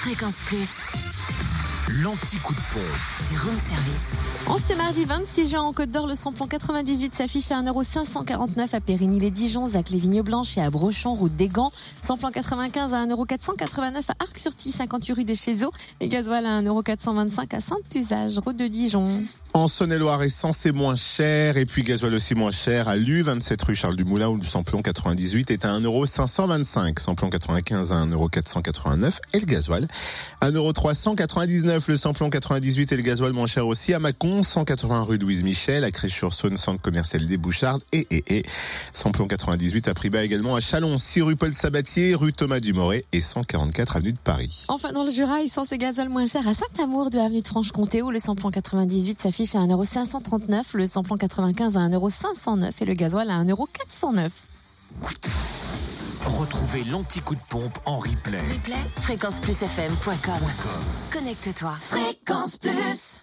Fréquence Plus. L'anti-coup de pompe. Du room service. En ce mardi 26 juin en Côte d'Or, le samplon 98 s'affiche à 1,549 € à Périgny-les-Dijon, Zac-les-Vignes-Blanches et à Brochon, route des Gants. Samplon 95 à 1,489 € à Arc-sur-Tille, 58 rue des Chézeaux. Et gasoil à 1,425 € à Saint-Usage, route de Dijon. En Saône-et-Loire, essence est moins cher, et puis gasoil aussi moins cher à Lue, 27 rue Charles Dumoulin, où le samplon 98 est à 1,525 €, samplon 95 à 1,489 € et le gasoil à 1,399 €. Le samplon 98 et le gasoil moins cher aussi à Mâcon, 180 rue Louise Michel, à Cré-sur-Saône, centre commercial des Bouchardes, et samplon 98 à prix bas également à Chalon, 6 rue Paul Sabatier, rue Thomas Dumoré et 144 avenue de Paris. Enfin, dans le Jura, essence et gasoil moins cher à Saint-Amour de avenue de Franche-Comté, où le samplon 98 s'affiche à 1,539 €, le samplon 95 à 1,509 € et le gasoil à 1,409 €. Retrouvez l'anti-coup de pompe en replay. Fréquenceplusfm.com. Connecte-toi. Fréquence Plus.